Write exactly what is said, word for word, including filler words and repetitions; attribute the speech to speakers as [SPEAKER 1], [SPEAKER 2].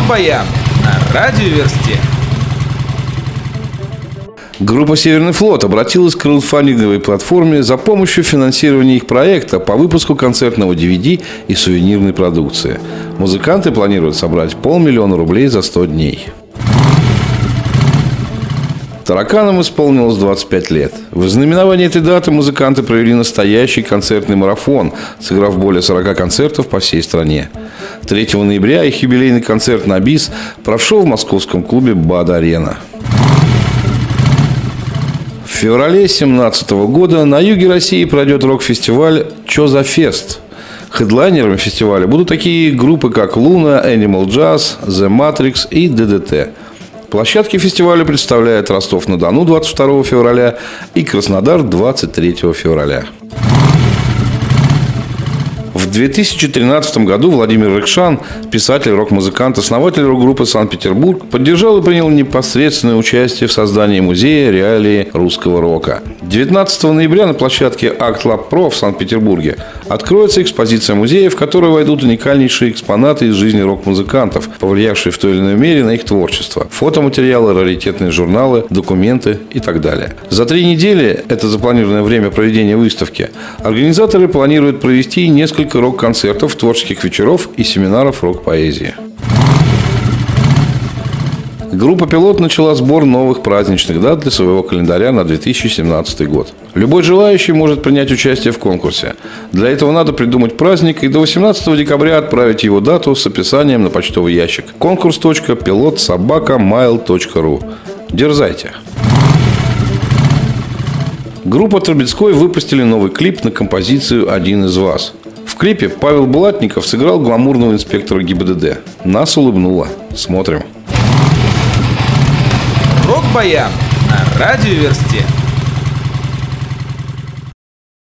[SPEAKER 1] Рок-баян на Радиоверсте.
[SPEAKER 2] Группа «Северный флот» обратилась к краудфандинговой платформе за помощью в финансировании их проекта по выпуску концертного ди ви ди и сувенирной продукции. Музыканты планируют собрать полмиллиона рублей за сто дней. Тараканам исполнилось двадцать пять лет. В знаменовании этой даты музыканты провели настоящий концертный марафон, сыграв более сорока концертов по всей стране. третьего ноября их юбилейный концерт на бис прошел в московском клубе «Бад-Арена». В феврале две тысячи семнадцатого года на юге России пройдет рок-фестиваль «Чё за фест?». Хедлайнерами фестиваля будут такие группы, как Луна, Animal Jazz, The Matrix и дэ дэ тэ. Площадки фестиваля представляют Ростов-на-Дону двадцать второго февраля и Краснодар двадцать третьего февраля. В две тысячи тринадцатом году Владимир Рыкшан, писатель, рок-музыкант, основатель рок-группы «Санкт-Петербург», поддержал и принял непосредственное участие в создании музея реалии русского рока. девятнадцатого ноября на площадке Act Lab Pro в Санкт-Петербурге откроется экспозиция музея, в которой войдут уникальнейшие экспонаты из жизни рок-музыкантов, повлиявшие в той или иной мере на их творчество. Фотоматериалы, раритетные журналы, документы и так далее. За три недели, это запланированное время проведения выставки, организаторы планируют провести несколько рок-концертов, творческих вечеров и семинаров рок-поэзии. Группа «Пилот» начала сбор новых праздничных дат для своего календаря на две тысячи семнадцатый год. Любой желающий может принять участие в конкурсе. Для этого надо придумать праздник и до восемнадцатого декабря отправить его дату с описанием на почтовый ящик конкурс точка пилот собака майл точка ру. Дерзайте! Группа Трубецкой выпустили новый клип на композицию «Один из вас». В клипе Павел Булатников сыграл гламурного инспектора гэ и бэ дэ дэ. Нас улыбнуло. Смотрим.
[SPEAKER 1] Рок-баян на Радиоверсте.